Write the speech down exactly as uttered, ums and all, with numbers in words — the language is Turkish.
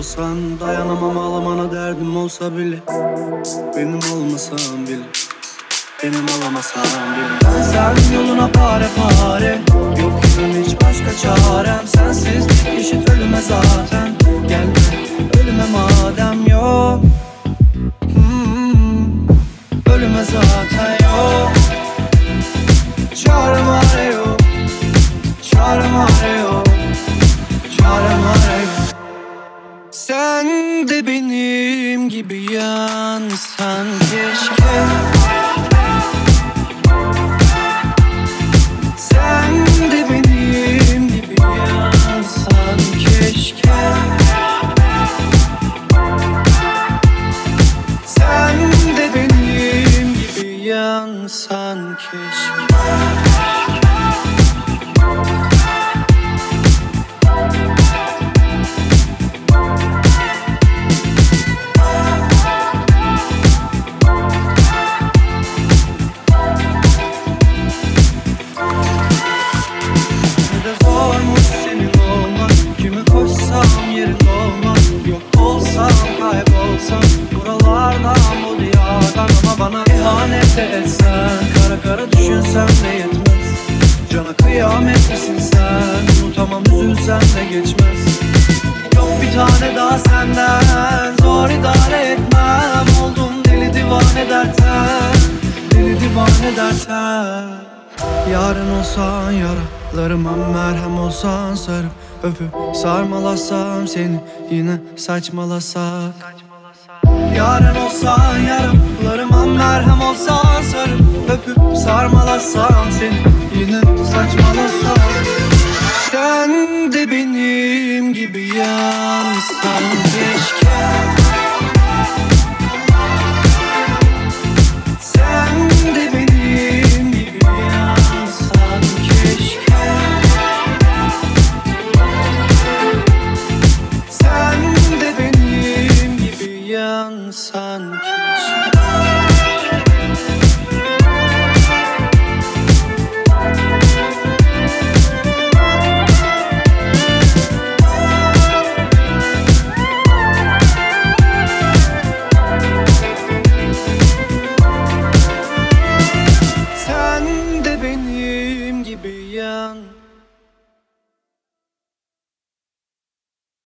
olsan, dayanamam ağlamana, derdim olsa bile. Benim olmasan bile, benim olamasan bile. Ben sen yoluna pare pare, yok inan hiç başka çarem. Sensiz eşit ölüme zaten. Gelme ölüme madem yok. hmm, Ölüme zaten yok. Çarem arıyor, çarem arıyor, çarem arıyor. Sen de benim gibi yansan keşke. Sen de benim gibi yansan keşke. Sen de benim gibi yansan keşke. Buralardan bu diyardan ama bana ihanet de etsen, kara kara düşünsen de yetmez. Cana kıyamet misin sen? Unutamam üzülsen de geçmez. Yok bir tane daha senden, zor idare etmem. Oldum deli divane derten, deli divane derten. Yarın olsan yaralarıma merhem olsan, sarıp öpüp sarmalasam seni, yine saçmalasak. Yarın olsan yaralarıma merhem olsan, sarıp öpüp sarmalasam seni, yine saçmalasam. Sen de benim gibi yansan keşke. Sen de benim gibi yansan keşke. Sen de benim gibi yansan keşke. Sen de benim gibi yan.